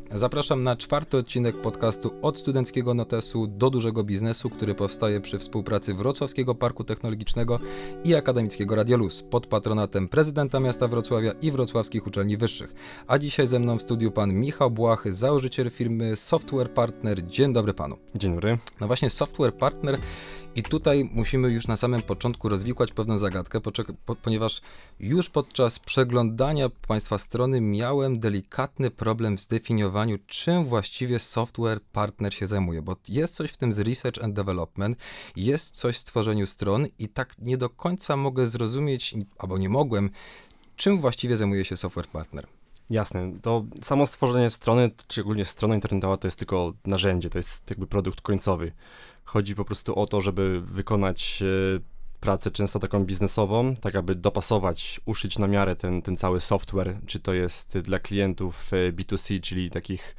Zapraszam na 4. odcinek podcastu Od studenckiego notesu do dużego biznesu, który powstaje przy współpracy Wrocławskiego Parku Technologicznego i Akademickiego Radia Luz pod patronatem prezydenta miasta Wrocławia i wrocławskich uczelni wyższych. A dzisiaj ze mną w studiu pan Michał Błachy, założyciel firmy Software Partner. Dzień dobry panu. Dzień dobry. No właśnie, Software Partner. I tutaj musimy już na samym początku rozwikłać pewną zagadkę, ponieważ już podczas przeglądania państwa strony miałem delikatny problem w zdefiniowaniu, czym właściwie Software Partner się zajmuje, bo jest coś w tym z Research and Development, jest coś w tworzeniu stron i tak nie do końca mogę zrozumieć, albo nie mogłem, czym właściwie zajmuje się Software Partner. Jasne, to samo stworzenie strony, czy ogólnie strona internetowa to jest tylko narzędzie, to jest jakby produkt końcowy. Chodzi po prostu o to, żeby wykonać pracę często taką biznesową, tak aby dopasować, uszyć na miarę ten cały software, czy to jest dla klientów B2C, czyli takich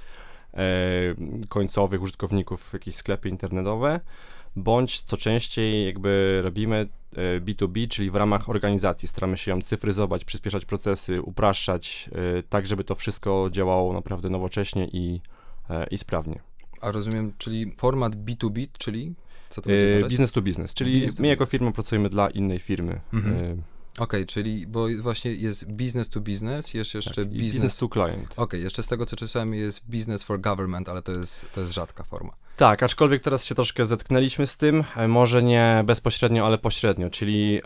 końcowych użytkowników, jakieś sklepy internetowe, bądź co częściej jakby robimy B2B, czyli w ramach organizacji. Staramy się ją cyfryzować, przyspieszać procesy, upraszczać, tak żeby to wszystko działało naprawdę nowocześnie i sprawnie. A rozumiem, czyli format B2B, czyli co to będzie zaraz? Business to business, czyli my jako firma pracujemy dla innej firmy. Okej, czyli bo właśnie jest business to business, jest jeszcze tak, business to client. Okej, jeszcze z tego co czytałem jest business for government, ale to jest rzadka forma. Tak, aczkolwiek teraz się troszkę zetknęliśmy z tym, może nie bezpośrednio, ale pośrednio, czyli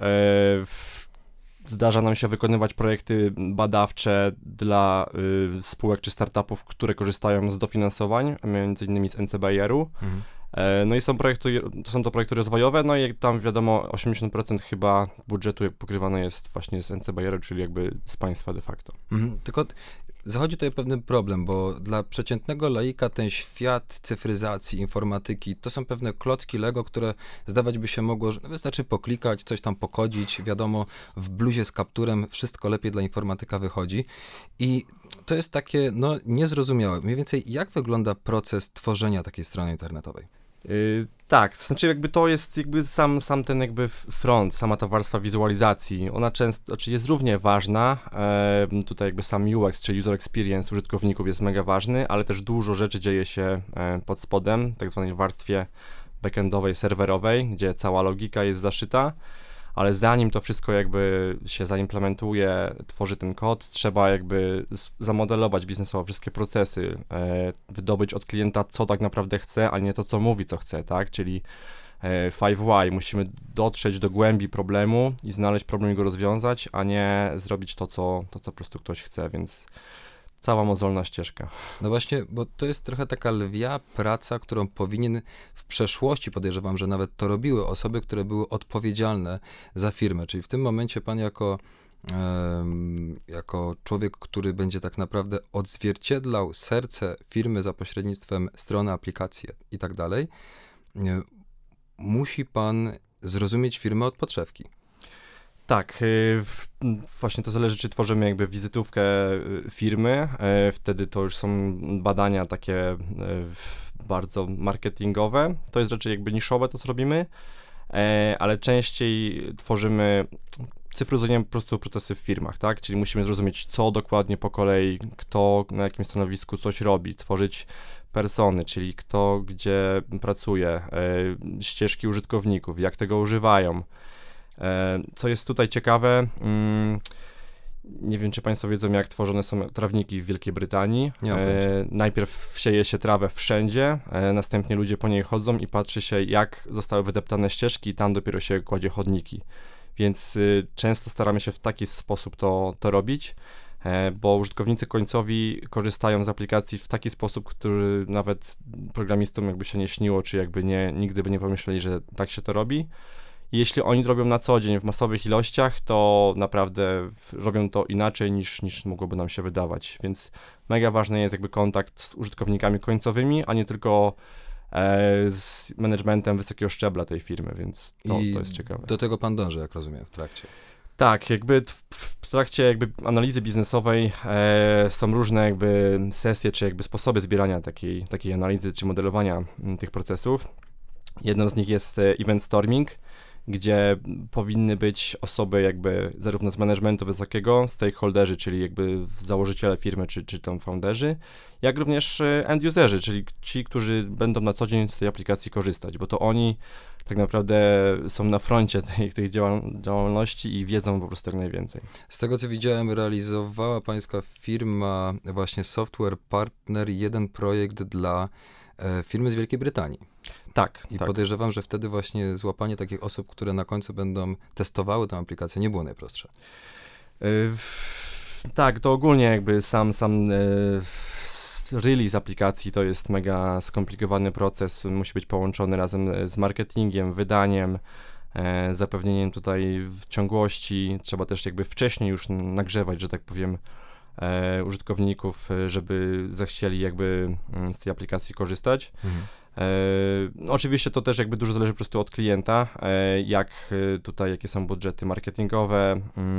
zdarza nam się wykonywać projekty badawcze dla spółek czy startupów, które korzystają z dofinansowań, między innymi z NCBR-u. No i są to projekty rozwojowe, no i tam wiadomo 80% chyba budżetu pokrywane jest właśnie z NCBR-u, czyli jakby z państwa de facto. Tylko zachodzi tutaj pewien problem, bo dla przeciętnego laika ten świat cyfryzacji, informatyki, to są pewne klocki Lego, które zdawać by się mogło, że wystarczy poklikać, coś tam pokodzić, wiadomo, w bluzie z kapturem wszystko lepiej dla informatyka wychodzi i to jest takie, no, niezrozumiałe. Mniej więcej jak wygląda proces tworzenia takiej strony internetowej? Tak, to znaczy jakby to jest jakby sam ten jakby front, sama ta warstwa wizualizacji, ona często, znaczy jest równie ważna, tutaj jakby sam UX, czyli user experience użytkowników jest mega ważny, ale też dużo rzeczy dzieje się pod spodem, tak zwanej warstwie backendowej, serwerowej, gdzie cała logika jest zaszyta, ale zanim to wszystko jakby się zaimplementuje, tworzy ten kod, trzeba jakby zamodelować biznesowo wszystkie procesy, wydobyć od klienta, co tak naprawdę chce, a nie to, co mówi, co chce, tak, czyli 5 why, musimy dotrzeć do głębi problemu i znaleźć problem i go rozwiązać, a nie zrobić to, co po prostu ktoś chce, więc cała mozolna ścieżka. No właśnie, bo to jest trochę taka lwia praca, którą powinien w przeszłości, podejrzewam, że nawet to robiły osoby, które były odpowiedzialne za firmę. Czyli w tym momencie pan jako człowiek, który będzie tak naprawdę odzwierciedlał serce firmy za pośrednictwem strony, aplikacji i tak dalej, musi pan zrozumieć firmę od podszewki. Tak, właśnie to zależy, czy tworzymy jakby wizytówkę firmy, wtedy to już są badania takie bardzo marketingowe, to jest raczej jakby niszowe to, co robimy, ale częściej cyfryzujemy po prostu procesy w firmach, tak, czyli musimy zrozumieć, co dokładnie po kolei, kto na jakim stanowisku coś robi, tworzyć persony, czyli kto gdzie pracuje, ścieżki użytkowników, jak tego używają. Co jest tutaj ciekawe, nie wiem, czy Państwo wiedzą, jak tworzone są trawniki w Wielkiej Brytanii. Najpierw sieje się trawę wszędzie, następnie ludzie po niej chodzą i patrzy się, jak zostały wydeptane ścieżki i tam dopiero się kładzie chodniki. Więc często staramy się w taki sposób to robić, bo użytkownicy końcowi korzystają z aplikacji w taki sposób, który nawet programistom jakby się nie śniło, czy jakby nigdy by nie pomyśleli, że tak się to robi. Jeśli oni to robią na co dzień w masowych ilościach, to naprawdę robią to inaczej niż mogłoby nam się wydawać, więc mega ważny jest jakby kontakt z użytkownikami końcowymi, a nie tylko z managementem wysokiego szczebla tej firmy, więc to jest ciekawe. Do tego pan dąży, jak rozumiem, w trakcie. Tak, jakby w trakcie jakby analizy biznesowej są różne jakby sesje, czy jakby sposoby zbierania takiej analizy, czy modelowania tych procesów. Jedną z nich jest event storming, gdzie powinny być osoby jakby zarówno z managementu wysokiego, stakeholderzy, czyli jakby założyciele firmy, czy tam founderzy, jak również end-userzy, czyli ci, którzy będą na co dzień z tej aplikacji korzystać, bo to oni tak naprawdę są na froncie tej działalności i wiedzą po prostu jak najwięcej. Z tego co widziałem, realizowała pańska firma, właśnie Software Partner, jeden projekt dla firmy z Wielkiej Brytanii. Tak. I tak. podejrzewam, że wtedy właśnie złapanie takich osób, które na końcu będą testowały tę aplikację, nie było najprostsze. Tak, to ogólnie jakby sam release aplikacji to jest mega skomplikowany proces, musi być połączony razem z marketingiem, wydaniem, zapewnieniem tutaj ciągłości, trzeba też jakby wcześniej już nagrzewać, że tak powiem, użytkowników, żeby zechcieli jakby z tej aplikacji korzystać. Oczywiście to też jakby dużo zależy po prostu od klienta, jakie są budżety marketingowe.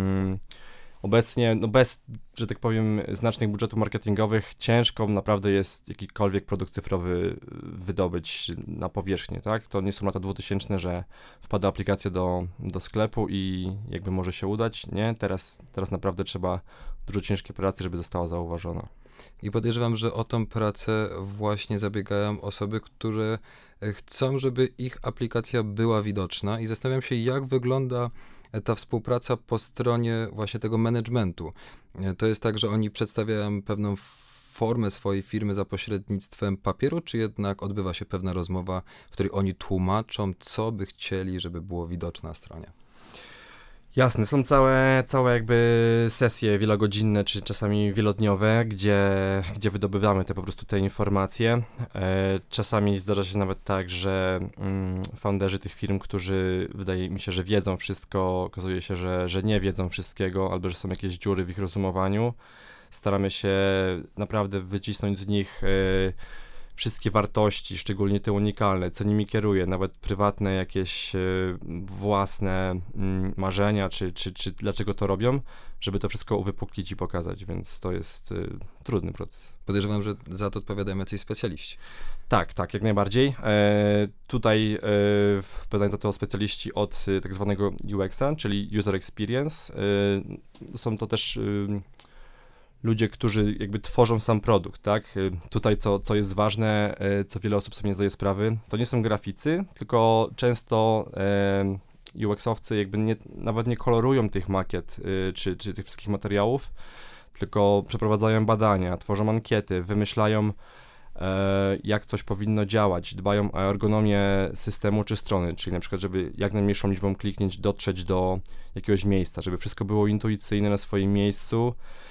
Obecnie, bez, że tak powiem, znacznych budżetów marketingowych ciężko naprawdę jest jakikolwiek produkt cyfrowy wydobyć na powierzchnię, tak? To nie są lata 2000, że wpada aplikacja do sklepu i jakby może się udać, nie? Teraz naprawdę trzeba dużo ciężkiej pracy, żeby została zauważona. I podejrzewam, że o tą pracę właśnie zabiegają osoby, które chcą, żeby ich aplikacja była widoczna i zastanawiam się, jak wygląda ta współpraca po stronie właśnie tego managementu. To jest tak, że oni przedstawiają pewną formę swojej firmy za pośrednictwem papieru, czy jednak odbywa się pewna rozmowa, w której oni tłumaczą, co by chcieli, żeby było widoczne na stronie? Jasne, są całe jakby sesje wielogodzinne, czy czasami wielodniowe, gdzie wydobywamy po prostu te informacje. Czasami zdarza się nawet tak, że founderzy tych firm, którzy wydaje mi się, że wiedzą wszystko, okazuje się, że nie wiedzą wszystkiego, albo że są jakieś dziury w ich rozumowaniu. Staramy się naprawdę wycisnąć z nich wszystkie wartości, szczególnie te unikalne, co nimi kieruje, nawet prywatne jakieś własne marzenia, czy dlaczego to robią, żeby to wszystko uwypuklić i pokazać, więc to jest trudny proces. Podejrzewam, że za to odpowiadają jacyś specjaliści. Tak, jak najbardziej. Tutaj odpowiadają za to specjaliści od tak zwanego UX-a, czyli User Experience. Są to też ludzie, którzy jakby tworzą sam produkt, tak? Tutaj co jest ważne, co wiele osób sobie nie zdaje sprawy, to nie są graficy, tylko często UX-owcy jakby nawet nie kolorują tych makiet czy tych wszystkich materiałów, tylko przeprowadzają badania, tworzą ankiety, wymyślają jak coś powinno działać, dbają o ergonomię systemu czy strony, czyli na przykład, żeby jak najmniejszą liczbą kliknięć dotrzeć do jakiegoś miejsca, żeby wszystko było intuicyjne na swoim miejscu.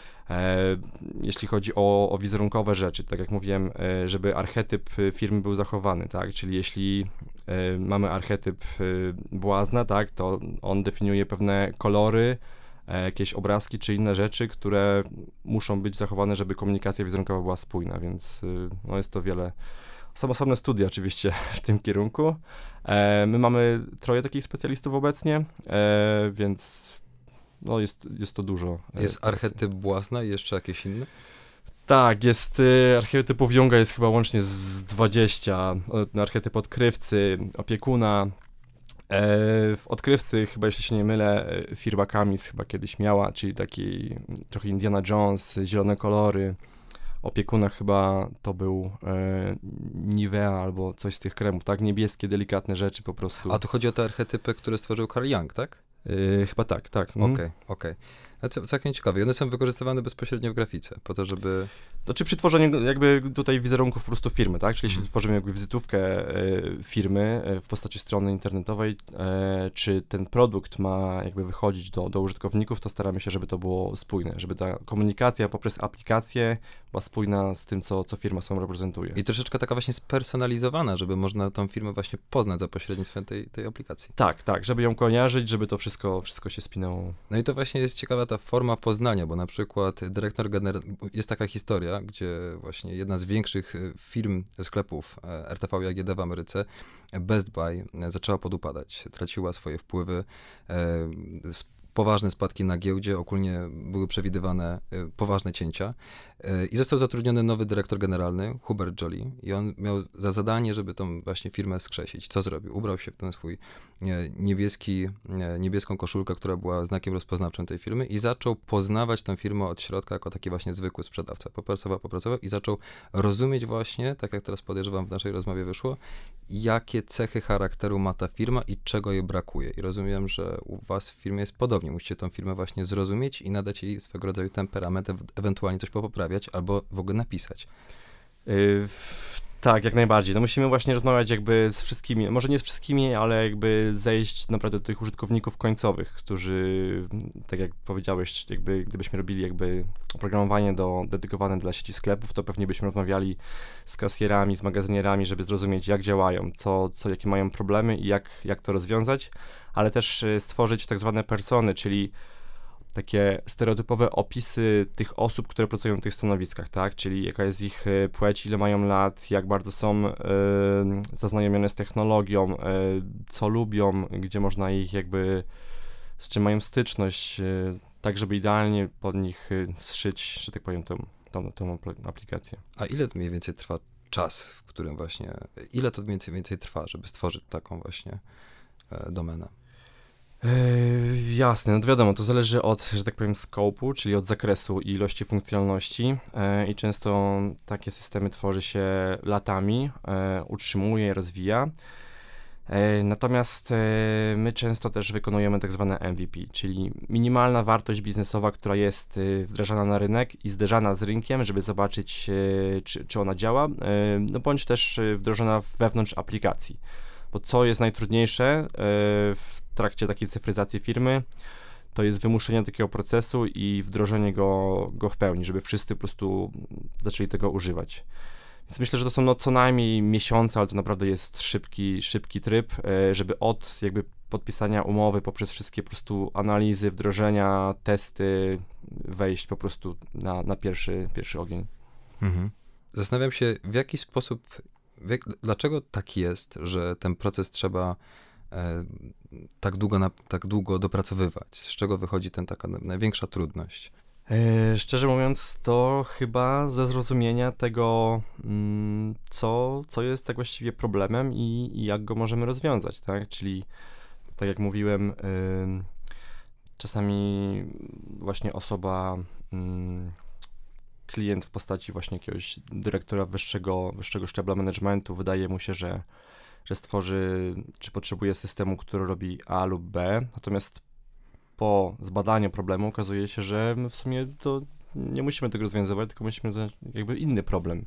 Jeśli chodzi o wizerunkowe rzeczy, tak jak mówiłem, żeby archetyp firmy był zachowany, tak, czyli jeśli mamy archetyp błazna, tak, to on definiuje pewne kolory, jakieś obrazki czy inne rzeczy, które muszą być zachowane, żeby komunikacja wizerunkowa była spójna, więc no jest to wiele. Są osobne studia oczywiście w tym kierunku. My mamy 3 takich specjalistów obecnie, więc no jest to dużo. Jest archetyp błazna i jeszcze jakieś inne? Tak, jest archetypów Junga jest chyba łącznie z 20, archetyp odkrywcy, opiekuna. W odkrywcy chyba, jeśli się nie mylę, firma Camis chyba kiedyś miała, czyli taki trochę Indiana Jones, zielone kolory. Opiekuna chyba to był Nivea albo coś z tych kremów, tak? Niebieskie, delikatne rzeczy po prostu. A tu chodzi o te archetypy, które stworzył Carl Jung, tak? Chyba tak. Okej. Całkiem ciekawe. I one są wykorzystywane bezpośrednio w grafice, po to, żeby... To czy przy tworzeniu jakby tutaj wizerunków po prostu firmy, tak? Czyli jeśli tworzymy jakby wizytówkę firmy w postaci strony internetowej, czy ten produkt ma jakby wychodzić do użytkowników, to staramy się, żeby to było spójne, żeby ta komunikacja poprzez aplikację była spójna z tym, co firma sam reprezentuje. I troszeczkę taka właśnie spersonalizowana, żeby można tą firmę właśnie poznać za pośrednictwem tej aplikacji. Tak, żeby ją kojarzyć, żeby to wszystko się spinało. No i to właśnie jest ciekawa ta forma poznania, bo na przykład jest taka historia, gdzie właśnie jedna z większych firm sklepów RTV i AGD w Ameryce, Best Buy, zaczęła podupadać, traciła swoje wpływy, poważne spadki na giełdzie, ogólnie były przewidywane poważne cięcia i został zatrudniony nowy dyrektor generalny, Hubert Joly, i on miał za zadanie, żeby tą właśnie firmę skrzesić. Co zrobił? Ubrał się w ten swój niebieską koszulkę, która była znakiem rozpoznawczym tej firmy i zaczął poznawać tę firmę od środka jako taki właśnie zwykły sprzedawca. Popracował i zaczął rozumieć właśnie, tak jak teraz podejrzewam w naszej rozmowie wyszło, jakie cechy charakteru ma ta firma i czego jej brakuje. I rozumiem, że u was w firmie jest podobnie. Musicie tą firmę właśnie zrozumieć i nadać jej swego rodzaju temperament, ewentualnie coś poprawiać albo w ogóle napisać. Tak, jak najbardziej. No musimy właśnie rozmawiać jakby z wszystkimi, może nie z wszystkimi, ale jakby zejść naprawdę do tych użytkowników końcowych, którzy, tak jak powiedziałeś, jakby gdybyśmy robili jakby oprogramowanie dedykowane dla sieci sklepów, to pewnie byśmy rozmawiali z kasjerami, z magazynierami, żeby zrozumieć, jak działają, jakie mają problemy i jak to rozwiązać, ale też stworzyć tak zwane persony, czyli takie stereotypowe opisy tych osób, które pracują w tych stanowiskach, tak? Czyli jaka jest ich płeć, ile mają lat, jak bardzo są zaznajomione z technologią, co lubią, gdzie można ich jakby, z czym mają styczność, tak żeby idealnie pod nich zszyć, że tak powiem, tą aplikację. A ile to mniej więcej trwa czas, w którym właśnie, ile to mniej więcej trwa, żeby stworzyć taką właśnie domenę? Jasne, no to wiadomo, to zależy od, że tak powiem, scope'u, czyli od zakresu i ilości funkcjonalności i często takie systemy tworzy się latami, utrzymuje, rozwija. Natomiast my często też wykonujemy tak zwane MVP, czyli minimalna wartość biznesowa, która jest wdrażana na rynek i zderzana z rynkiem, żeby zobaczyć, czy ona działa, no bądź też wdrożona wewnątrz aplikacji. Bo co jest najtrudniejsze w trakcie takiej cyfryzacji firmy, to jest wymuszenie takiego procesu i wdrożenie go w pełni, żeby wszyscy po prostu zaczęli tego używać. Więc myślę, że to są co najmniej miesiące, ale to naprawdę jest szybki tryb, żeby od jakby podpisania umowy poprzez wszystkie po prostu analizy, wdrożenia, testy, wejść po prostu na pierwszy ogień. Mhm. Zastanawiam się, w jaki sposób, dlaczego tak jest, że ten proces trzeba tak długo dopracowywać? Z czego wychodzi taka największa trudność? Szczerze mówiąc, to chyba ze zrozumienia tego, co jest tak właściwie problemem i jak go możemy rozwiązać, tak? Czyli, tak jak mówiłem, czasami właśnie klient w postaci właśnie jakiegoś dyrektora wyższego szczebla managementu wydaje mu się, że stworzy, czy potrzebuje systemu, który robi A lub B, natomiast po zbadaniu problemu okazuje się, że my w sumie to nie musimy tego rozwiązywać, tylko musimy znaleźć jakby inny problem.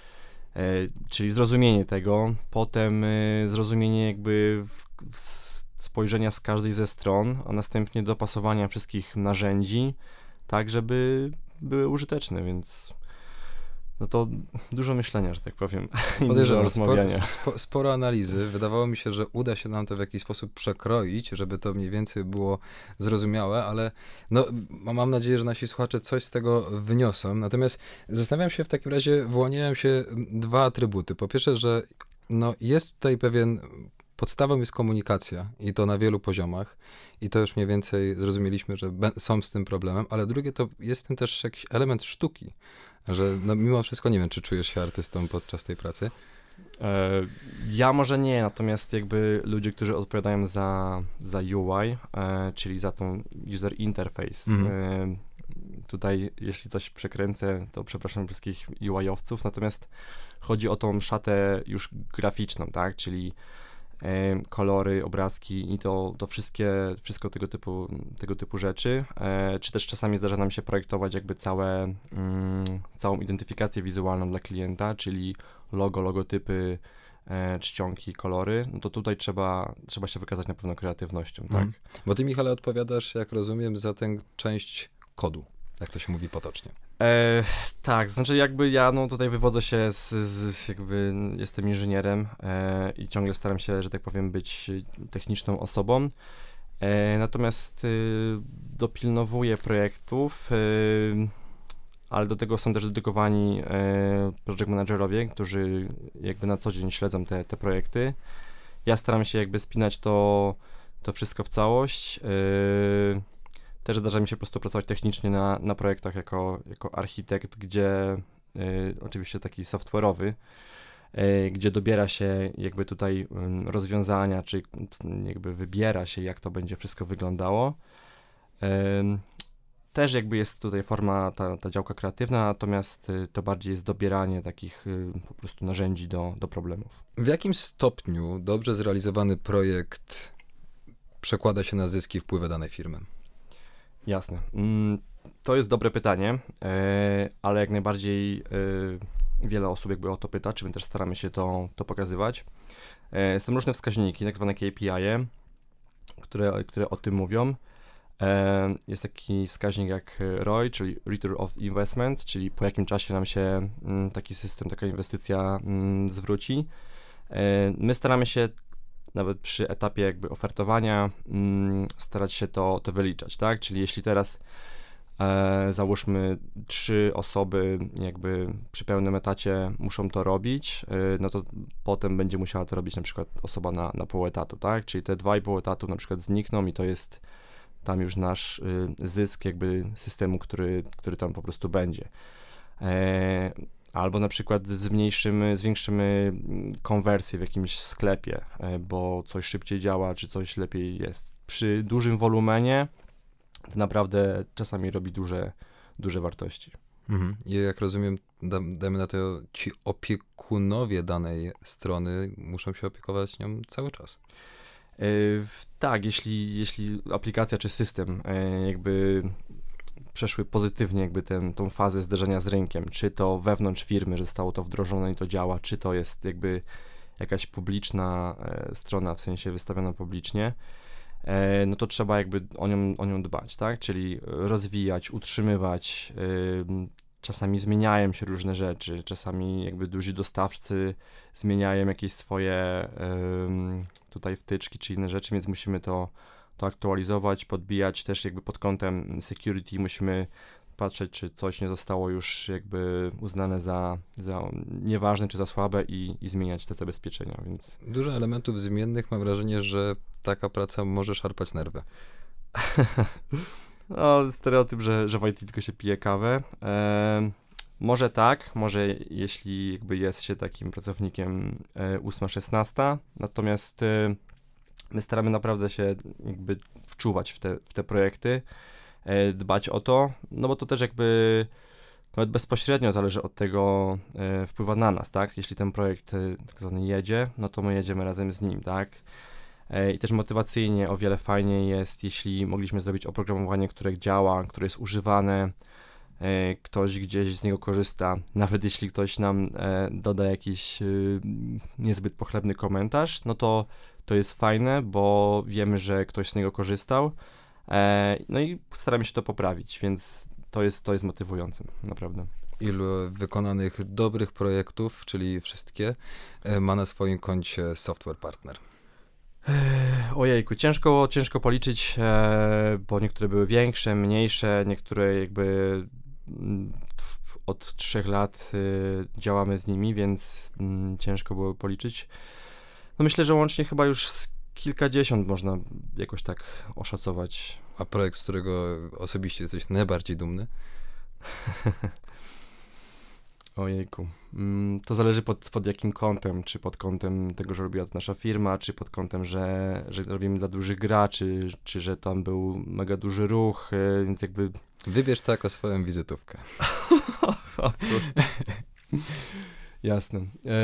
Czyli zrozumienie tego, potem zrozumienie jakby spojrzenia z każdej ze stron, a następnie dopasowania wszystkich narzędzi, tak żeby były użyteczne, więc no to dużo myślenia, że tak powiem, i dużo rozmawiania. Sporo analizy. Wydawało mi się, że uda się nam to w jakiś sposób przekroić, żeby to mniej więcej było zrozumiałe, ale no, mam nadzieję, że nasi słuchacze coś z tego wyniosą. Natomiast zastanawiam się w takim razie, wyłaniają się dwa atrybuty. Po pierwsze, że no, jest tutaj podstawą jest komunikacja i to na wielu poziomach i to już mniej więcej zrozumieliśmy, że są z tym problemem, ale drugie to jest w tym też jakiś element sztuki, że no mimo wszystko nie wiem, czy czujesz się artystą podczas tej pracy? Ja może nie, natomiast jakby ludzie, którzy odpowiadają za UI, czyli za tą user interface, tutaj jeśli coś przekręcę, to przepraszam wszystkich UI-owców, natomiast chodzi o tą szatę już graficzną, tak, czyli kolory, obrazki i to wszystko tego typu rzeczy, czy też czasami zdarza nam się projektować jakby całą identyfikację wizualną dla klienta, czyli logotypy, czcionki, kolory, no to tutaj trzeba się wykazać na pewno kreatywnością, tak? Bo ty, Michale, odpowiadasz, jak rozumiem, za tę część kodu, jak to się mówi potocznie. Tak, znaczy jakby ja tutaj wywodzę się jakby jestem inżynierem i ciągle staram się, że tak powiem, być techniczną osobą, natomiast dopilnowuję projektów, ale do tego są też dedykowani project managerowie, którzy jakby na co dzień śledzą te projekty. Ja staram się jakby spinać to wszystko w całość, Też zdarza mi się po prostu pracować technicznie na projektach jako architekt, gdzie oczywiście taki software'owy, gdzie dobiera się jakby tutaj rozwiązania, czy jakby wybiera się, jak to będzie wszystko wyglądało. Też jakby jest tutaj forma, ta działka kreatywna, natomiast to bardziej jest dobieranie takich po prostu narzędzi do problemów. W jakim stopniu dobrze zrealizowany projekt przekłada się na zyski, wpływy danej firmy? Jasne. To jest dobre pytanie, ale jak najbardziej wiele osób jakby o to pyta, czy my też staramy się to pokazywać. Są różne wskaźniki, tak zwane KPI-e, które o tym mówią. Jest taki wskaźnik jak ROI, czyli Return of Investment, czyli po jakim czasie nam się taki system, taka inwestycja zwróci. My staramy się nawet przy etapie jakby ofertowania starać się to wyliczać, tak? Czyli jeśli teraz załóżmy 3 osoby jakby przy pełnym etacie muszą to robić, no to potem będzie musiała to robić na przykład osoba na pół etatu, tak? Czyli te 2,5 etatu na przykład znikną i to jest tam już nasz zysk jakby systemu, który tam po prostu będzie. Albo na przykład zwiększymy konwersję w jakimś sklepie, bo coś szybciej działa, czy coś lepiej jest. Przy dużym wolumenie to naprawdę czasami robi duże wartości. I jak rozumiem, dajmy na to, ci opiekunowie danej strony muszą się opiekować nią cały czas. Tak, jeśli aplikacja czy system jakby przeszły pozytywnie jakby tą fazę zderzenia z rynkiem, czy to wewnątrz firmy, że zostało to wdrożone i to działa, czy to jest jakby jakaś publiczna strona, w sensie wystawiona publicznie, no to trzeba jakby o nią dbać, tak? Czyli rozwijać, utrzymywać, czasami zmieniają się różne rzeczy, czasami jakby duzi dostawcy zmieniają jakieś swoje tutaj wtyczki czy inne rzeczy, więc musimy to aktualizować, podbijać też jakby pod kątem security, musimy patrzeć, czy coś nie zostało już jakby uznane za nieważne, czy za słabe i zmieniać te zabezpieczenia, więc... Dużo elementów zmiennych, mam wrażenie, że taka praca może szarpać nerwy. No, stereotyp, że w IT tylko się pije kawę. Może tak, może jeśli jakby jest się takim pracownikiem 8-16, natomiast my staramy naprawdę się jakby wczuwać w te projekty, dbać o to, no bo to też jakby nawet bezpośrednio zależy od tego, wpływa na nas, tak? Jeśli ten projekt tak zwany jedzie, no to my jedziemy razem z nim, tak? I też motywacyjnie o wiele fajniej jest, jeśli mogliśmy zrobić oprogramowanie, które działa, które jest używane, ktoś gdzieś z niego korzysta, nawet jeśli ktoś nam doda jakiś niezbyt pochlebny komentarz, no to jest fajne, bo wiemy, że ktoś z niego korzystał, no i staramy się to poprawić, więc to jest motywujące, naprawdę. Ilu wykonanych dobrych projektów, czyli wszystkie, ma na swoim koncie Software Partner? Ojejku, ciężko policzyć, bo niektóre były większe, mniejsze, niektóre jakby od 3 lat działamy z nimi, więc ciężko było policzyć. No myślę, że łącznie chyba już z kilkadziesiąt można jakoś tak oszacować. A projekt, z którego osobiście jesteś najbardziej dumny? Ojejku, to zależy pod jakim kątem, czy pod kątem tego, że robiła to nasza firma, czy pod kątem, że robimy dla dużych graczy, czy że tam był mega duży ruch, więc jakby... Wybierz to jako swoją wizytówkę. Jasne.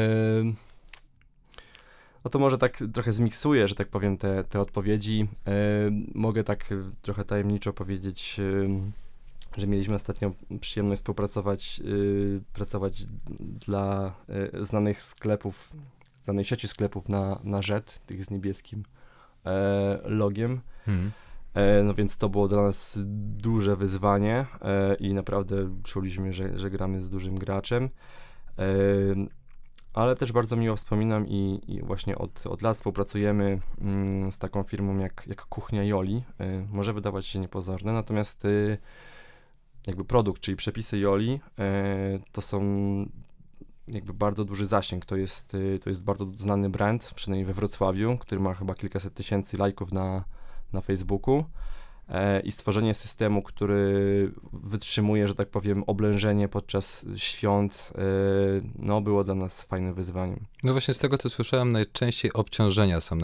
No to może tak trochę zmiksuję, że tak powiem, te odpowiedzi. Mogę tak trochę tajemniczo powiedzieć, że mieliśmy ostatnio przyjemność współpracować, pracować dla znanych sklepów, znanej sieci sklepów na rzet, tych z niebieskim logiem. No więc to było dla nas duże wyzwanie i naprawdę czuliśmy, że gramy z dużym graczem. Ale też bardzo miło wspominam i właśnie od lat współpracujemy z taką firmą jak Kuchnia Joli. Może wydawać się niepozorne, natomiast jakby produkt, czyli przepisy Joli, to są jakby bardzo duży zasięg. To jest bardzo znany brand, przynajmniej we Wrocławiu, który ma chyba kilkaset tysięcy lajków na Facebooku. i stworzenie systemu, który wytrzymuje, że tak powiem, oblężenie podczas świąt, no było dla nas fajnym wyzwaniem. No właśnie z tego, co słyszałem, najczęściej obciążenia są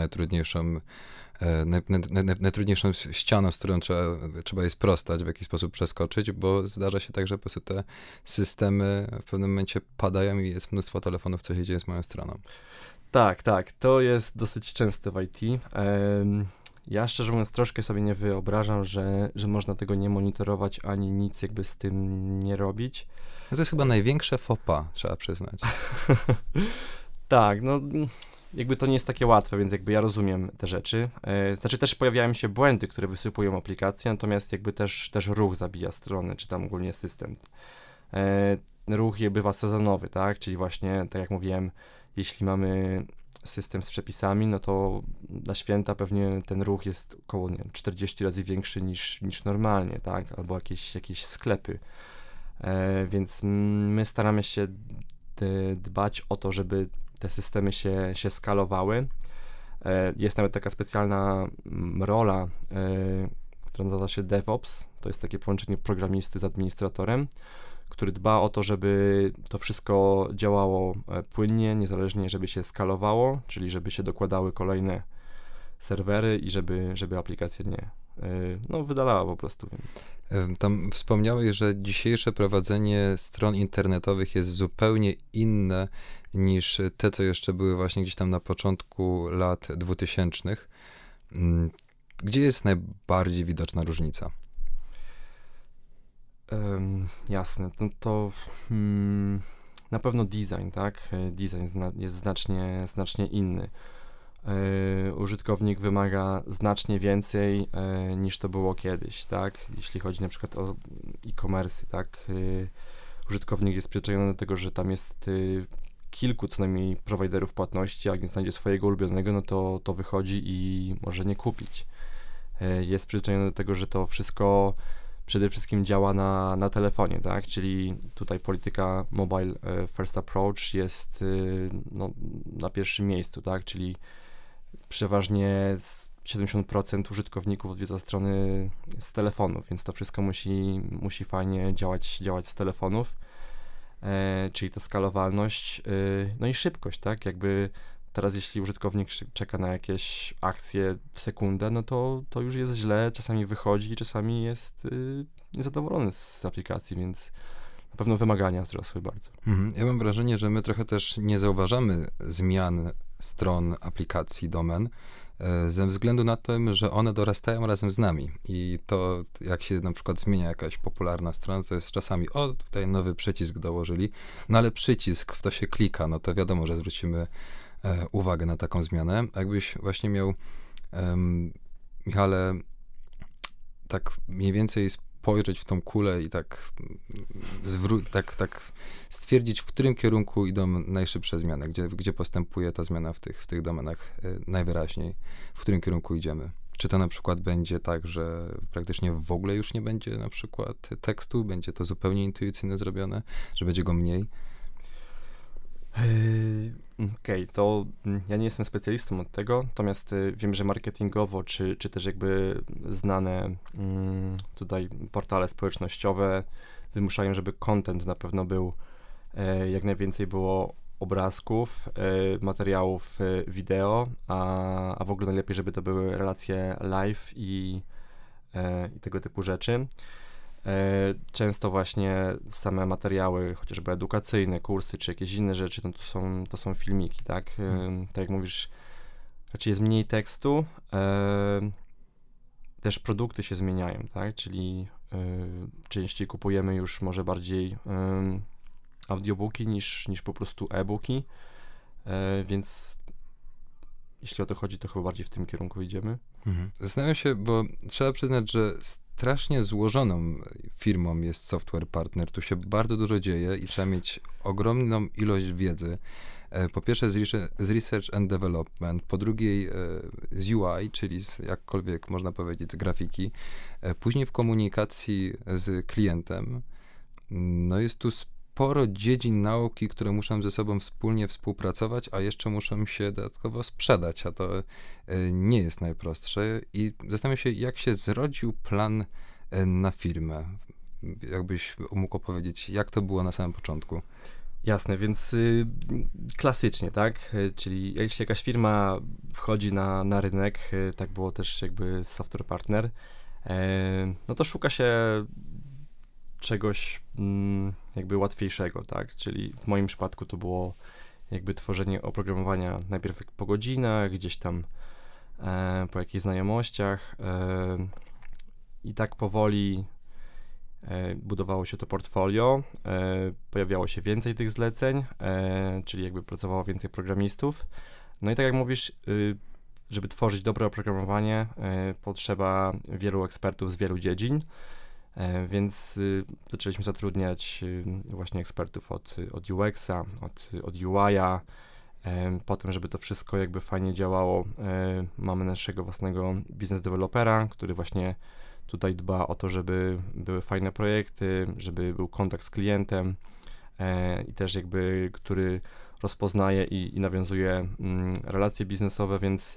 najtrudniejszą ścianą, z którą trzeba je sprostać, w jakiś sposób przeskoczyć, bo zdarza się tak, że po prostu te systemy w pewnym momencie padają i jest mnóstwo telefonów, co się dzieje z moją stroną. Tak, to jest dosyć częste w IT. Ja szczerze mówiąc troszkę sobie nie wyobrażam, że można tego nie monitorować, ani nic jakby z tym nie robić. No to jest chyba największe faux pas, trzeba przyznać. Tak, no jakby to nie jest takie łatwe, więc jakby ja rozumiem te rzeczy. Znaczy też pojawiają się błędy, które wysypują aplikację, natomiast jakby też ruch zabija strony, czy tam ogólnie system. Ruch bywa sezonowy, tak, czyli właśnie, tak jak mówiłem, jeśli mamy system z przepisami, no to na święta pewnie ten ruch jest około, nie wiem, 40 razy większy niż normalnie, tak, albo jakieś sklepy. Więc my staramy się dbać o to, żeby te systemy się skalowały. Jest nawet taka specjalna rola, która nazywa się DevOps, to jest takie połączenie programisty z administratorem, który dba o to, żeby to wszystko działało płynnie, niezależnie, żeby się skalowało, czyli żeby się dokładały kolejne serwery i żeby aplikacja nie wydalała po prostu. Więc. Tam wspomniałeś, że dzisiejsze prowadzenie stron internetowych jest zupełnie inne niż te, co jeszcze były właśnie gdzieś tam na początku lat 2000. Gdzie jest najbardziej widoczna różnica? Jasne, to na pewno design, tak? Design jest znacznie inny. Użytkownik wymaga znacznie więcej niż to było kiedyś, tak? Jeśli chodzi na przykład o e-commerce, tak? Użytkownik jest przyzwyczajony do tego, że tam jest kilku co najmniej prowajderów płatności, a jak nie znajdzie swojego ulubionego, no to wychodzi i może nie kupić. Jest przyzwyczajony do tego, że to wszystko przede wszystkim działa na telefonie, tak? Czyli tutaj polityka mobile first approach jest na pierwszym miejscu, tak? Czyli przeważnie 70% użytkowników odwiedza strony z telefonów, więc to wszystko musi fajnie działać z telefonów, czyli ta skalowalność, no i szybkość, tak? Jakby teraz jeśli użytkownik czeka na jakieś akcje w sekundę, no to już jest źle, czasami wychodzi, czasami jest niezadowolony z aplikacji, więc na pewno wymagania wzrosły bardzo. Ja mam wrażenie, że my trochę też nie zauważamy zmian stron, aplikacji, domen, ze względu na to, że one dorastają razem z nami i to jak się na przykład zmienia jakaś popularna strona, to jest czasami, tutaj nowy przycisk dołożyli, no ale przycisk, w to się klika, no to wiadomo, że zwrócimy uwagę na taką zmianę. Jakbyś właśnie miał, Michale, tak mniej więcej spojrzeć w tą kulę i tak stwierdzić, w którym kierunku idą najszybsze zmiany, gdzie postępuje ta zmiana w tych domenach najwyraźniej, w którym kierunku idziemy. Czy to na przykład będzie tak, że praktycznie w ogóle już nie będzie na przykład tekstu, będzie to zupełnie intuicyjnie zrobione, że będzie go mniej? Okej, to ja nie jestem specjalistą od tego, natomiast wiem, że marketingowo, czy też jakby znane tutaj portale społecznościowe wymuszają, żeby content na pewno był, jak najwięcej było obrazków, materiałów wideo, a w ogóle najlepiej, żeby to były relacje live i tego typu rzeczy. Często właśnie same materiały, chociażby edukacyjne, kursy, czy jakieś inne rzeczy, no to są filmiki, tak? Tak jak mówisz, raczej jest mniej tekstu, też produkty się zmieniają, tak? Czyli częściej kupujemy już może bardziej audiobooki niż po prostu e-booki, więc jeśli o to chodzi, to chyba bardziej w tym kierunku idziemy. Zastanawiam się, bo trzeba przyznać, że strasznie złożoną firmą jest Software Partner. Tu się bardzo dużo dzieje i trzeba mieć ogromną ilość wiedzy. Po pierwsze z Research and Development, po drugiej z UI, czyli jakkolwiek można powiedzieć z grafiki, później w komunikacji z klientem. No jest tu sporo dziedzin nauki, które muszą ze sobą wspólnie współpracować, a jeszcze muszą się dodatkowo sprzedać, a to nie jest najprostsze. I zastanawiam się, jak się zrodził plan na firmę. Jakbyś mógł opowiedzieć, jak to było na samym początku? Jasne, więc klasycznie, tak? Czyli jeśli jakaś firma wchodzi na rynek, tak było też jakby z Software Partner, no to szuka się czegoś jakby łatwiejszego, tak? Czyli w moim przypadku to było jakby tworzenie oprogramowania najpierw po godzinach, gdzieś tam po jakichś znajomościach i tak powoli budowało się to portfolio, pojawiało się więcej tych zleceń, czyli jakby pracowało więcej programistów. No i tak jak mówisz, żeby tworzyć dobre oprogramowanie, potrzeba wielu ekspertów z wielu dziedzin, więc zaczęliśmy zatrudniać właśnie ekspertów od UX-a, od UI-a. Potem, żeby to wszystko jakby fajnie działało, mamy naszego własnego business developera, który właśnie tutaj dba o to, żeby były fajne projekty, żeby był kontakt z klientem i też jakby, który rozpoznaje i nawiązuje relacje biznesowe, więc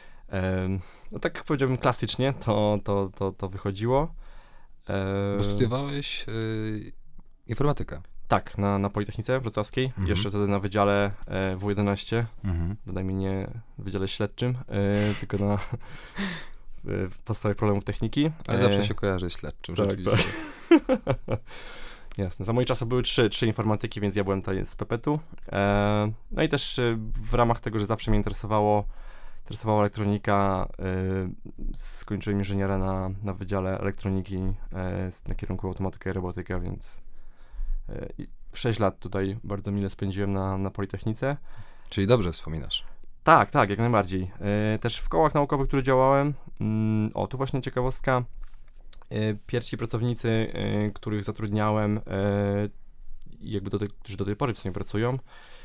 no tak jak powiedziałbym klasycznie to wychodziło. Bo studiowałeś informatykę. Tak, na Politechnice Wrocławskiej, jeszcze wtedy na Wydziale W11, bynajmniej nie w Wydziale Śledczym, tylko na podstawie problemów techniki. Ale zawsze się kojarzy z śledczym, tak, rzeczywiście. Tak. Jasne. Za moich czasów były trzy informatyki, więc ja byłem tutaj z PPT-u. No i też w ramach tego, że zawsze mnie interesowała elektronika, skończyłem inżyniera na Wydziale Elektroniki na kierunku automatyka i robotyka, więc 6 lat tutaj bardzo mile spędziłem na Politechnice. Czyli dobrze wspominasz. Tak, jak najbardziej. Też w kołach naukowych, które działałem, tu właśnie ciekawostka, pierwsi pracownicy, których zatrudniałem, jakby którzy do tej pory w sumie pracują,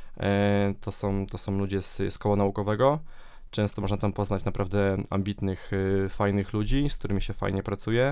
to są ludzie z koła naukowego. Często można tam poznać naprawdę ambitnych, fajnych ludzi, z którymi się fajnie pracuje,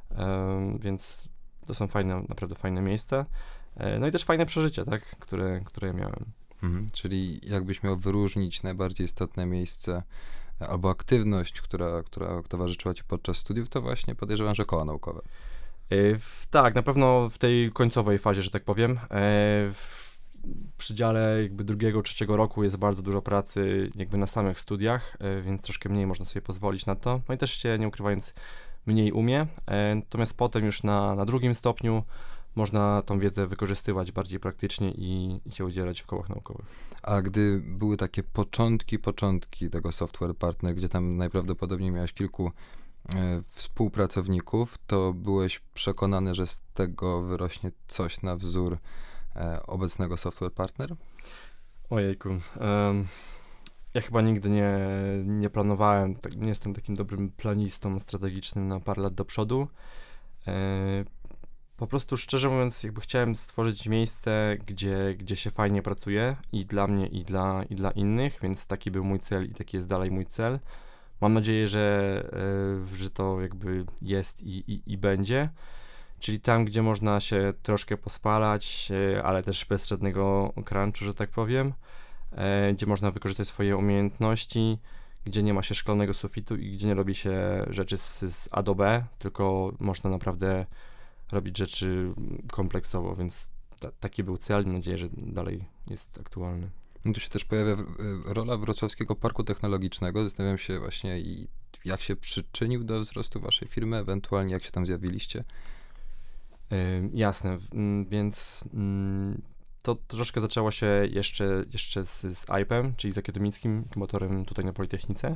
więc to są naprawdę fajne miejsca. No i też fajne przeżycia, tak, które ja miałem. Czyli jakbyś miał wyróżnić najbardziej istotne miejsce albo aktywność, która towarzyszyła ci podczas studiów, to właśnie podejrzewam, że koła naukowe. Tak, na pewno w tej końcowej fazie, że tak powiem. W przedziale jakby drugiego, trzeciego roku jest bardzo dużo pracy jakby na samych studiach, więc troszkę mniej można sobie pozwolić na to. No i też się, nie ukrywając, mniej umie. Natomiast potem już na drugim stopniu można tą wiedzę wykorzystywać bardziej praktycznie i się udzielać w kołach naukowych. A gdy były takie początki tego Software Partner, gdzie tam najprawdopodobniej miałeś kilku współpracowników, to byłeś przekonany, że z tego wyrośnie coś na wzór obecnego Software Partner? Ojejku. Ja chyba nigdy nie planowałem, nie jestem takim dobrym planistą strategicznym na parę lat do przodu. Po prostu szczerze mówiąc, jakby chciałem stworzyć miejsce, gdzie się fajnie pracuje i dla mnie, i dla innych, więc taki był mój cel i taki jest dalej mój cel. Mam nadzieję, że to jakby jest i będzie. Czyli tam, gdzie można się troszkę pospalać, ale też bez żadnego crunchu, że tak powiem, gdzie można wykorzystać swoje umiejętności, gdzie nie ma się szklanego sufitu i gdzie nie robi się rzeczy z A do B, tylko można naprawdę robić rzeczy kompleksowo, więc taki był cel. Mam nadzieję, że dalej jest aktualny. No tu się też pojawia rola Wrocławskiego Parku Technologicznego. Zastanawiam się właśnie, jak się przyczynił do wzrostu waszej firmy, ewentualnie jak się tam zjawiliście. Jasne, więc to troszkę zaczęło się jeszcze z IPem, czyli z akademickim inkubatorem tutaj na Politechnice.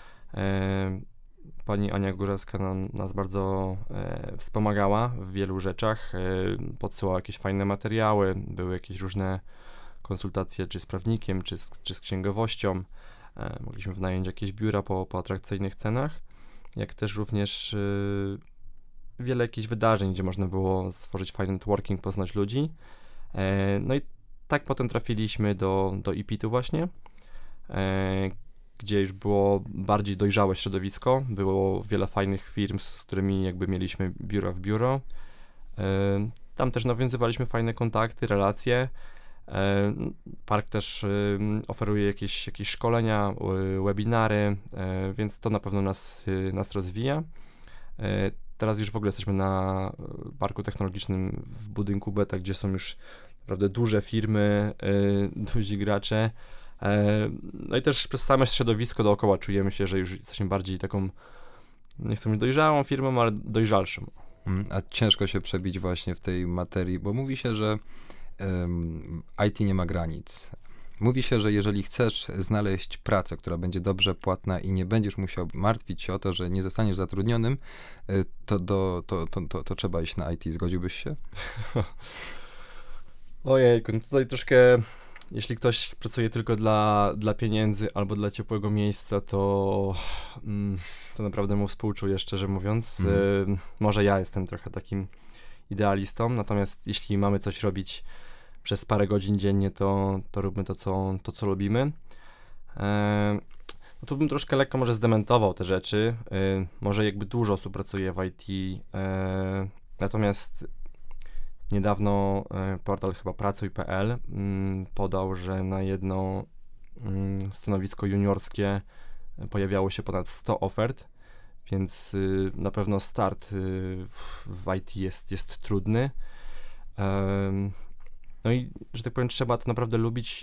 Pani Ania Góralska nas bardzo wspomagała w wielu rzeczach, podsyłała jakieś fajne materiały, były jakieś różne konsultacje czy z prawnikiem, czy z księgowością. Mogliśmy wynająć jakieś biura po atrakcyjnych cenach, jak też również wiele jakichś wydarzeń, gdzie można było stworzyć fajny networking, poznać ludzi. No i tak potem trafiliśmy do IPIT-u właśnie, gdzie już było bardziej dojrzałe środowisko, było wiele fajnych firm, z którymi jakby mieliśmy biuro w biuro. tam też nawiązywaliśmy fajne kontakty, relacje. Park też oferuje jakieś szkolenia, webinary, więc to na pewno nas rozwija. Teraz już w ogóle jesteśmy na parku technologicznym w budynku beta, gdzie są już naprawdę duże firmy, duzi gracze. No i też przez same środowisko dookoła czujemy się, że już jesteśmy bardziej taką, nie chcę mówić dojrzałą firmą, ale dojrzalszą. A ciężko się przebić właśnie w tej materii, bo mówi się, że IT nie ma granic. Mówi się, że jeżeli chcesz znaleźć pracę, która będzie dobrze płatna i nie będziesz musiał martwić się o to, że nie zostaniesz zatrudnionym, to trzeba iść na IT. Zgodziłbyś się? Ojejku, no tutaj troszkę, jeśli ktoś pracuje tylko dla pieniędzy albo dla ciepłego miejsca, to naprawdę mu współczuję, szczerze mówiąc. Może ja jestem trochę takim idealistą, natomiast jeśli mamy coś robić przez parę godzin dziennie, to róbmy to, co lubimy. No tu bym troszkę lekko może zdementował te rzeczy. Może jakby dużo osób pracuje w IT, natomiast niedawno portal chyba pracuj.pl podał, że na jedno stanowisko juniorskie pojawiało się ponad 100 ofert, więc na pewno start w IT jest trudny. No i, że tak powiem, trzeba to naprawdę lubić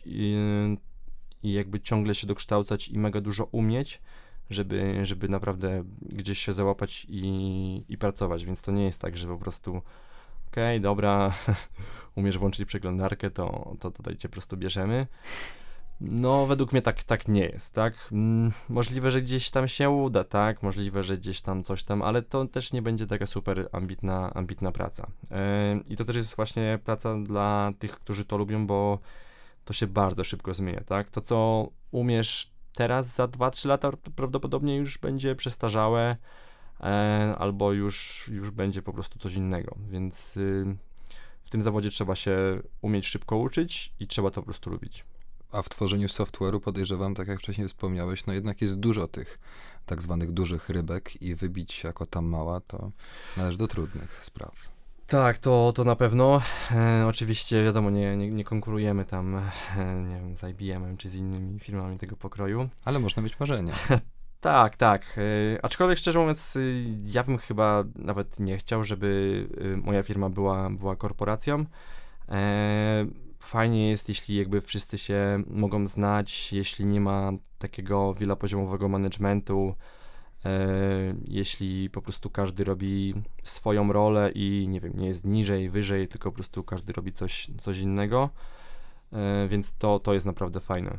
i jakby ciągle się dokształcać i mega dużo umieć, żeby naprawdę gdzieś się załapać i pracować, więc to nie jest tak, że po prostu okej, dobra, umiesz włączyć przeglądarkę, to tutaj cię po prostu bierzemy. No, według mnie tak nie jest, tak? Możliwe, że gdzieś tam się uda, tak? Możliwe, że gdzieś tam coś tam, ale to też nie będzie taka super ambitna praca. I to też jest właśnie praca dla tych, którzy to lubią, bo to się bardzo szybko zmienia, tak? To, co umiesz teraz, za 2-3 lata prawdopodobnie już będzie przestarzałe, albo już będzie po prostu coś innego, więc w tym zawodzie trzeba się umieć szybko uczyć i trzeba to po prostu lubić. A w tworzeniu software'u podejrzewam, tak jak wcześniej wspomniałeś, no jednak jest dużo tych tak zwanych dużych rybek i wybić się jako tam mała to należy do trudnych spraw. Tak, to na pewno. Oczywiście, wiadomo, nie konkurujemy tam, nie wiem, z IBM-em czy z innymi firmami tego pokroju. Ale można mieć marzenia. Tak. Aczkolwiek szczerze mówiąc, ja bym chyba nawet nie chciał, żeby moja firma była korporacją. Fajnie jest, jeśli jakby wszyscy się mogą znać, jeśli nie ma takiego wielopoziomowego managementu, jeśli po prostu każdy robi swoją rolę i nie wiem, nie jest niżej, wyżej, tylko po prostu każdy robi coś innego, więc to jest naprawdę fajne.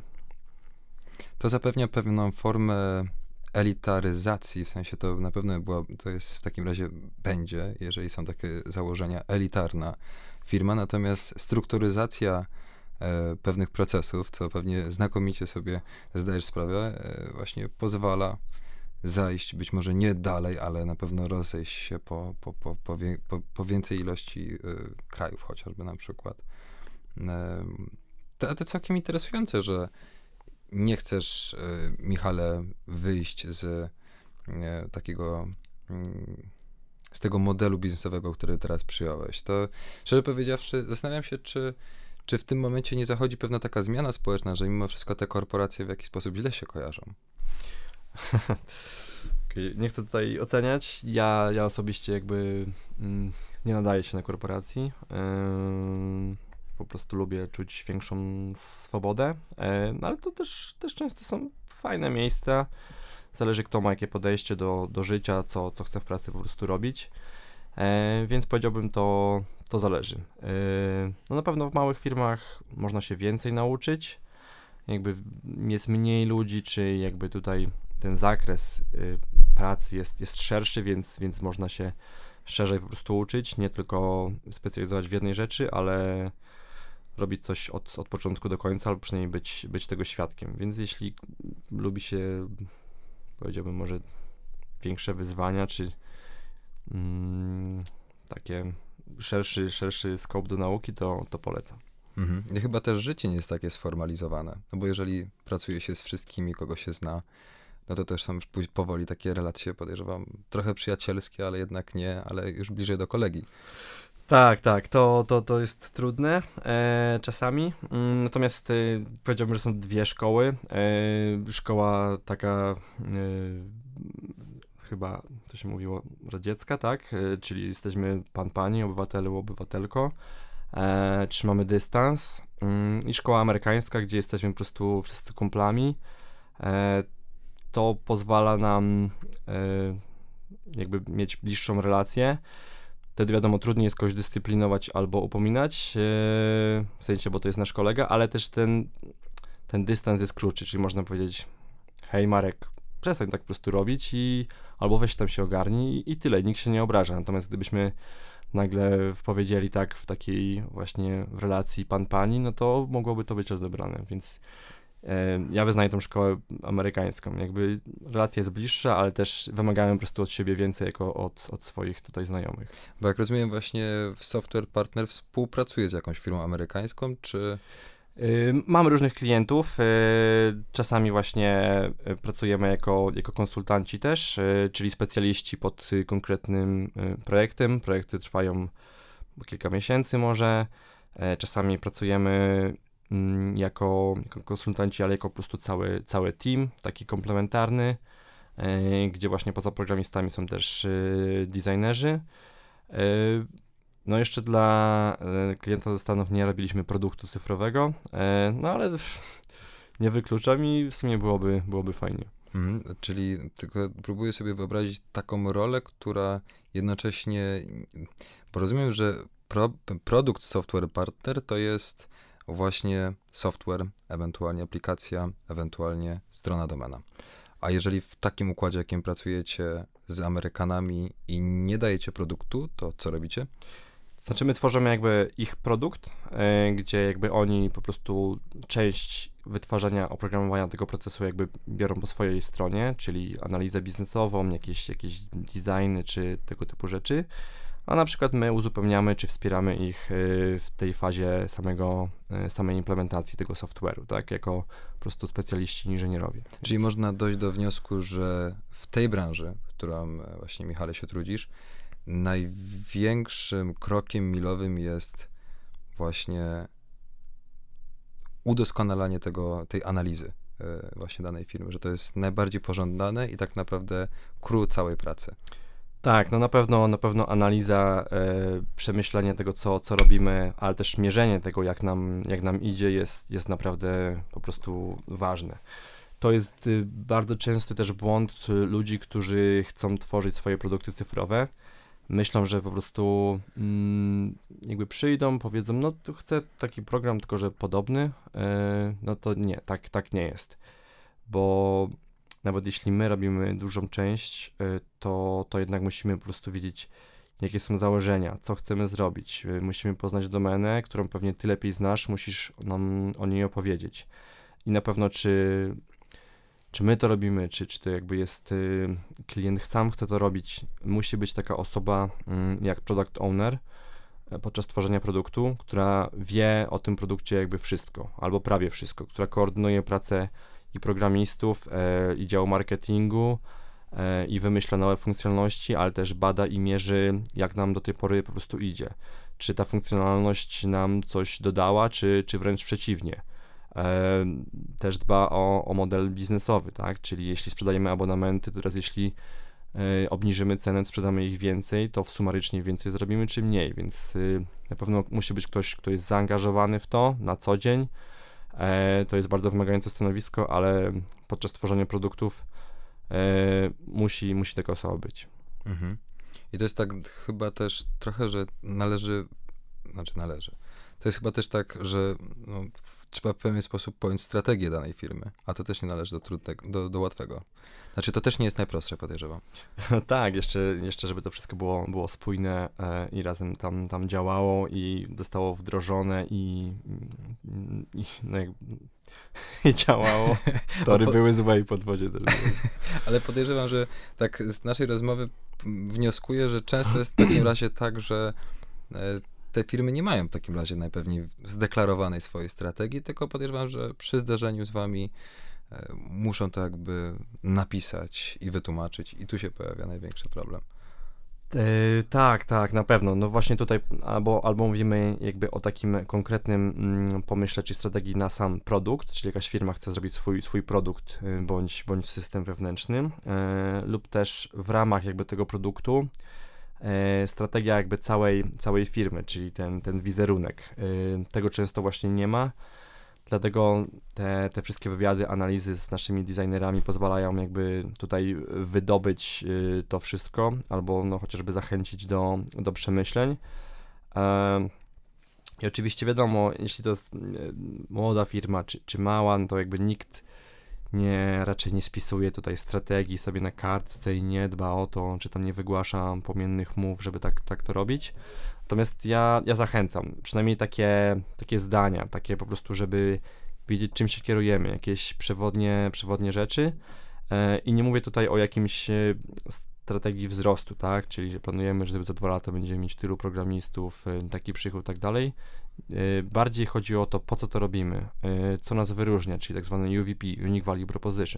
To zapewnia pewną formę elitaryzacji, w sensie to na pewno to jest w takim razie będzie, jeżeli są takie założenia, elitarna firma, natomiast strukturyzacja pewnych procesów, co pewnie znakomicie sobie zdajesz sprawę, właśnie pozwala zajść, być może nie dalej, ale na pewno rozejść się po więcej ilości krajów chociażby na przykład. To całkiem interesujące, że nie chcesz, Michale, wyjść z takiego, z tego modelu biznesowego, który teraz przyjąłeś. To, szczerze powiedziawszy, zastanawiam się, czy w tym momencie nie zachodzi pewna taka zmiana społeczna, że mimo wszystko te korporacje w jakiś sposób źle się kojarzą. Okay, nie chcę tutaj oceniać. Ja osobiście jakby nie nadaję się na korporacji. Po prostu lubię czuć większą swobodę, no ale to też często są fajne miejsca. Zależy, kto ma jakie podejście do życia, co chce w pracy po prostu robić. Więc powiedziałbym, to zależy. No na pewno w małych firmach można się więcej nauczyć. Jakby jest mniej ludzi, czy jakby tutaj ten zakres pracy jest szerszy, więc można się szerzej po prostu uczyć, nie tylko specjalizować w jednej rzeczy, ale robić coś od początku do końca, albo przynajmniej być tego świadkiem. Więc jeśli lubi się, powiedziałbym, może większe wyzwania, czy takie szerszy scope do nauki, to polecam. I chyba też życie nie jest takie sformalizowane, no bo jeżeli pracuje się z wszystkimi, kogo się zna, no to też są już powoli takie relacje, podejrzewam, trochę przyjacielskie, ale jednak nie, ale już bliżej do kolegi. Tak, to jest trudne czasami, natomiast powiedziałbym, że są dwie szkoły. Szkoła taka chyba to się mówiło radziecka, tak? Czyli jesteśmy pan, pani, obywatelu, obywatelko, trzymamy dystans i szkoła amerykańska, gdzie jesteśmy po prostu wszyscy kumplami. To pozwala nam jakby mieć bliższą relację. Wtedy wiadomo, trudniej jest kogoś dyscyplinować albo upominać, w sensie, bo to jest nasz kolega, ale też ten dystans jest krótszy, czyli można powiedzieć: hej Marek, przestań tak po prostu robić i albo weź tam się ogarnij i tyle, nikt się nie obraża. Natomiast gdybyśmy nagle powiedzieli tak w takiej właśnie w relacji pan-pani, no to mogłoby to być odebrane, więc ja wyznaję tą szkołę amerykańską. Jakby relacja jest bliższa, ale też wymagamy po prostu od siebie więcej jako od swoich tutaj znajomych. Bo jak rozumiem, właśnie Software Partner współpracuje z jakąś firmą amerykańską, czy... Mamy różnych klientów, czasami właśnie pracujemy jako konsultanci też, czyli specjaliści pod konkretnym projektem. Projekty trwają kilka miesięcy może, czasami pracujemy jako konsultanci, ale jako po prostu cały team, taki komplementarny, gdzie właśnie poza programistami są też designerzy. No jeszcze dla klienta ze Stanów nie robiliśmy produktu cyfrowego, no ale nie wykluczam i w sumie byłoby fajnie. Czyli tylko próbuję sobie wyobrazić taką rolę, która jednocześnie, bo rozumiem, że produkt Software Partner to jest właśnie software, ewentualnie aplikacja, ewentualnie strona domena. A jeżeli w takim układzie, jakim pracujecie z Amerykanami i nie dajecie produktu, to co robicie? Znaczy my tworzymy jakby ich produkt, gdzie jakby oni po prostu część wytwarzania oprogramowania tego procesu jakby biorą po swojej stronie, czyli analizę biznesową, jakieś designy czy tego typu rzeczy, a na przykład my uzupełniamy czy wspieramy ich w tej fazie samej implementacji tego software'u, tak, jako po prostu specjaliści, inżynierowie. Czyli można dojść do wniosku, że w tej branży, w którą właśnie Michale się trudzisz, największym krokiem milowym jest właśnie udoskonalanie tej analizy właśnie danej firmy, że to jest najbardziej pożądane i tak naprawdę clue całej pracy. Tak, no na pewno analiza, przemyślenie tego, co robimy, ale też mierzenie tego, jak nam idzie, jest naprawdę po prostu ważne. To jest bardzo częsty też błąd ludzi, którzy chcą tworzyć swoje produkty cyfrowe. Myślą, że po prostu jakby przyjdą, powiedzą, no tu chcę taki program, tylko że podobny, no to nie, tak nie jest, bo nawet jeśli my robimy dużą część, to jednak musimy po prostu wiedzieć, jakie są założenia, co chcemy zrobić. Musimy poznać domenę, którą pewnie ty lepiej znasz, musisz nam o niej opowiedzieć. I na pewno czy my to robimy, czy to jakby jest klient sam chce to robić, musi być taka osoba jak product owner podczas tworzenia produktu, która wie o tym produkcie jakby wszystko, albo prawie wszystko, która koordynuje pracę i programistów, i działu marketingu, i wymyśla nowe funkcjonalności, ale też bada i mierzy, jak nam do tej pory po prostu idzie. Czy ta funkcjonalność nam coś dodała, czy wręcz przeciwnie. Też dba o model biznesowy, tak? Czyli jeśli sprzedajemy abonamenty, to teraz jeśli obniżymy cenę, sprzedamy ich więcej, to sumarycznie więcej zrobimy, czy mniej, więc na pewno musi być ktoś, kto jest zaangażowany w to na co dzień. To jest bardzo wymagające stanowisko, ale podczas tworzenia produktów musi taka osoba być. Mhm. I to jest tak chyba też trochę, że należy. To jest chyba też tak, że trzeba w pewien sposób pojąć strategię danej firmy, a to też nie należy do łatwego. Znaczy, to też nie jest najprostsze, podejrzewam. Tak, jeszcze żeby to wszystko było spójne i razem tam działało i zostało wdrożone i działało. Tory były złe i podwozie też były. Ale podejrzewam, że tak z naszej rozmowy wnioskuję, że często jest w takim razie tak, że te firmy nie mają w takim razie najpewniej zdeklarowanej swojej strategii, tylko podejrzewam, że przy zderzeniu z wami muszą to jakby napisać i wytłumaczyć i tu się pojawia największy problem. Tak, na pewno. No właśnie tutaj albo mówimy jakby o takim konkretnym pomyśle czy strategii na sam produkt, czyli jakaś firma chce zrobić swój produkt bądź system wewnętrzny, lub też w ramach jakby tego produktu strategia jakby całej firmy, czyli ten wizerunek. Tego często właśnie nie ma. Dlatego te wszystkie wywiady, analizy z naszymi designerami pozwalają jakby tutaj wydobyć to wszystko, albo no chociażby zachęcić do przemyśleń. I oczywiście wiadomo, jeśli to jest młoda firma czy mała, no to jakby nikt raczej nie spisuje tutaj strategii sobie na kartce i nie dba o to, czy tam nie wygłasza płomiennych mów, żeby tak to robić. Natomiast ja zachęcam, przynajmniej takie zdania, takie po prostu, żeby wiedzieć, czym się kierujemy, jakieś przewodnie rzeczy. I nie mówię tutaj o jakimś strategii wzrostu, tak, czyli że planujemy, że za 2 lata będziemy mieć tylu programistów, taki przychód i tak dalej. Bardziej chodzi o to, po co to robimy, co nas wyróżnia, czyli tak zwany UVP, Unique Value Proposition.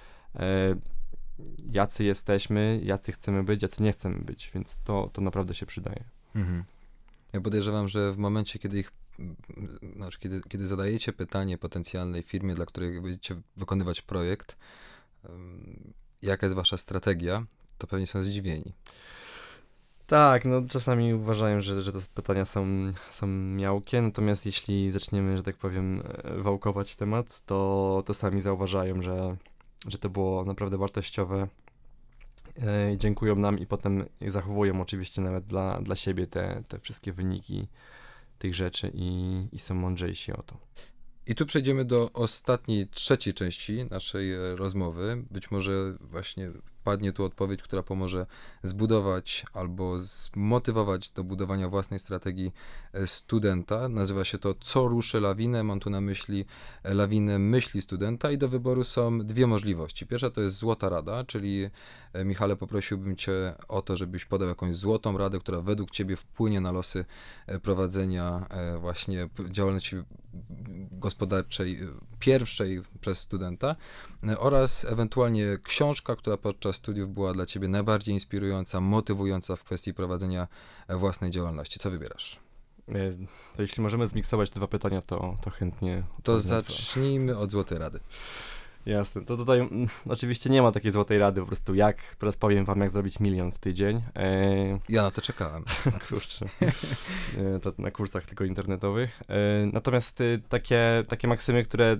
Jacy jesteśmy, jacy chcemy być, jacy nie chcemy być, więc to naprawdę się przydaje. Mhm. Ja podejrzewam, że w momencie, kiedy zadajecie pytanie potencjalnej firmie, dla której będziecie wykonywać projekt, jaka jest wasza strategia, to pewnie są zdziwieni. Tak, no czasami uważają, że te pytania są miałkie, natomiast jeśli zaczniemy, że tak powiem, wałkować temat, to sami zauważają, że to było naprawdę wartościowe. Dziękują nam i potem zachowują oczywiście nawet dla siebie te wszystkie wyniki tych rzeczy i są mądrzejsi o to. I tu przejdziemy do ostatniej, trzeciej części naszej rozmowy. Być może właśnie padnie tu odpowiedź, która pomoże zbudować albo zmotywować do budowania własnej strategii studenta. Nazywa się to Co ruszy lawinę. Mam tu na myśli lawinę myśli studenta i do wyboru są 2 możliwości. Pierwsza to jest złota rada, czyli Michale, poprosiłbym cię o to, żebyś podał jakąś złotą radę, która według ciebie wpłynie na losy prowadzenia właśnie działalności gospodarczej pierwszej przez studenta oraz ewentualnie książka, która podczas studiów była dla ciebie najbardziej inspirująca, motywująca w kwestii prowadzenia własnej działalności. Co wybierasz? To jeśli możemy zmiksować 2 pytania, to chętnie. To zacznijmy od złotej rady. Jasne, to tutaj oczywiście nie ma takiej złotej rady, po prostu teraz powiem wam, jak zrobić 1 000 000 w tydzień. Ja na to czekałem. Kurczę, to na kursach tylko internetowych. Natomiast takie maksymy, które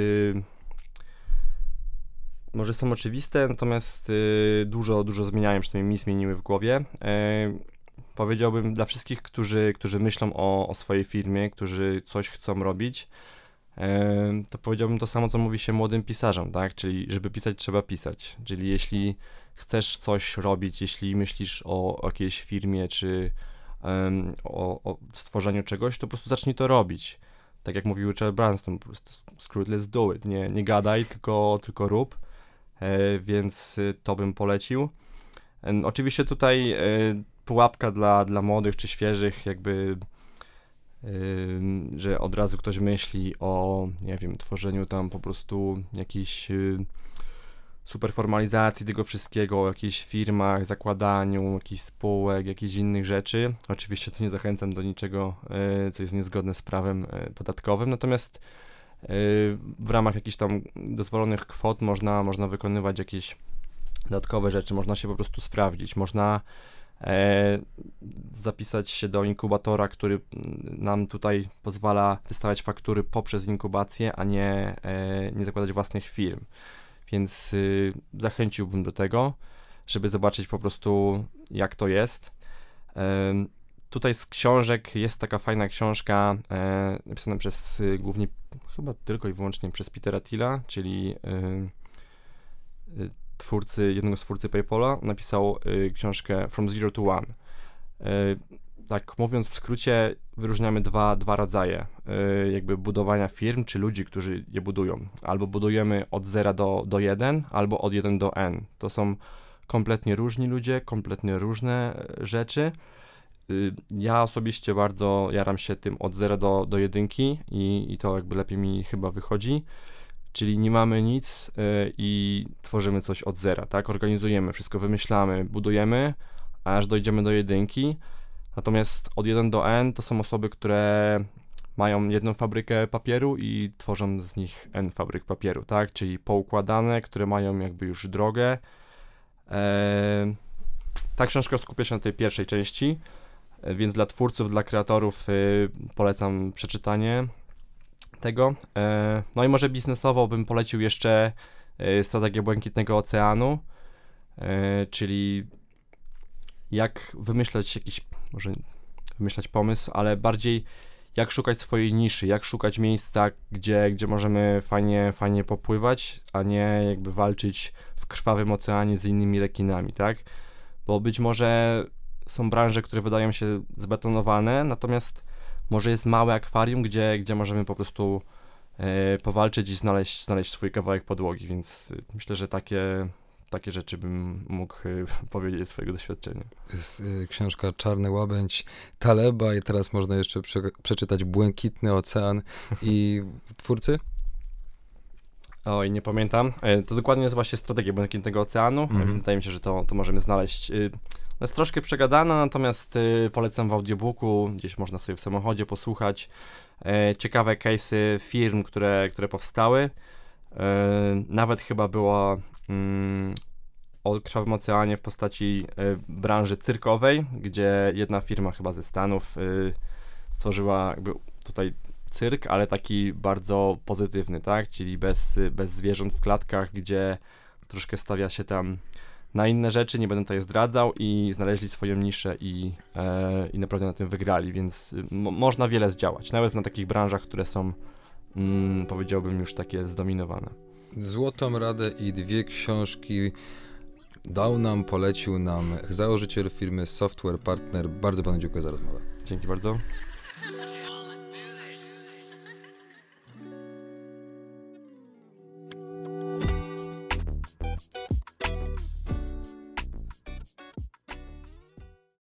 może są oczywiste, natomiast dużo zmieniają, przynajmniej mi zmieniły w głowie. Powiedziałbym dla wszystkich, którzy myślą o swojej firmie, którzy coś chcą robić, to powiedziałbym to samo, co mówi się młodym pisarzom, tak? Czyli żeby pisać, trzeba pisać. Czyli jeśli chcesz coś robić, jeśli myślisz o jakiejś firmie, czy o stworzeniu czegoś, to po prostu zacznij to robić. Tak jak mówił Richard Branson, po prostu screw it, let's do it. Nie gadaj, tylko rób. Więc to bym polecił. Oczywiście tutaj pułapka dla młodych czy świeżych, jakby że od razu ktoś myśli o, nie wiem, tworzeniu tam po prostu jakiejś super formalizacji tego wszystkiego, o jakichś firmach, zakładaniu jakichś spółek, jakichś innych rzeczy. Oczywiście tu nie zachęcam do niczego, co jest niezgodne z prawem podatkowym, natomiast w ramach jakichś tam dozwolonych kwot można wykonywać jakieś dodatkowe rzeczy, można się po prostu sprawdzić, można zapisać się do inkubatora, który nam tutaj pozwala wystawiać faktury poprzez inkubację, a nie zakładać własnych firm. Więc zachęciłbym do tego, żeby zobaczyć po prostu, jak to jest. Tutaj z książek jest taka fajna książka napisana przez głównie, chyba tylko i wyłącznie przez Petera Thiela, czyli jednego z twórcy PayPala. Napisał książkę From Zero to One. Tak mówiąc w skrócie, wyróżniamy dwa rodzaje jakby budowania firm, czy ludzi, którzy je budują. Albo budujemy od 0 do 1, albo od 1 do n. To są kompletnie różni ludzie, kompletnie różne rzeczy. Ja osobiście bardzo jaram się tym od 0 do 1 i to jakby lepiej mi chyba wychodzi. Czyli nie mamy nic i tworzymy coś od zera, tak? Organizujemy, wszystko wymyślamy, budujemy aż dojdziemy do jedynki. Natomiast od 1 do N to są osoby, które mają jedną fabrykę papieru i tworzą z nich N fabryk papieru, tak? Czyli poukładane, które mają jakby już drogę. Ta książka skupia się na tej pierwszej części, więc dla twórców, dla kreatorów polecam przeczytanie tego. No i może biznesowo bym polecił jeszcze Strategię Błękitnego Oceanu, czyli jak wymyślać może wymyślać pomysł, ale bardziej jak szukać swojej niszy, jak szukać miejsca, gdzie możemy fajnie popływać, a nie jakby walczyć w krwawym oceanie z innymi rekinami, tak? Bo być może są branże, które wydają się zbetonowane, natomiast może jest małe akwarium, gdzie możemy po prostu powalczyć i znaleźć swój kawałek podłogi, więc myślę, że takie rzeczy bym mógł powiedzieć ze swojego doświadczenia. Jest książka Czarny Łabędź Taleba i teraz można jeszcze przeczytać Błękitny Ocean i twórcy? Oj, nie pamiętam. To dokładnie nazywa się Strategia Błękitnego Oceanu, więc wydaje mi się, że to możemy znaleźć. Jest troszkę przegadana, natomiast polecam w audiobooku, gdzieś można sobie w samochodzie posłuchać. Ciekawe case'y firm, które powstały. Nawet chyba była o krwawym oceanie w postaci branży cyrkowej, gdzie jedna firma chyba ze Stanów stworzyła jakby tutaj cyrk, ale taki bardzo pozytywny, tak? Czyli bez zwierząt w klatkach, gdzie troszkę stawia się tam na inne rzeczy, nie będę tutaj zdradzał, i znaleźli swoją niszę i naprawdę na tym wygrali, więc można wiele zdziałać, nawet na takich branżach, które są powiedziałbym już takie zdominowane. Złotą radę i 2 książki polecił nam założyciel firmy Software Partner. Bardzo panu dziękuję za rozmowę. Dzięki bardzo.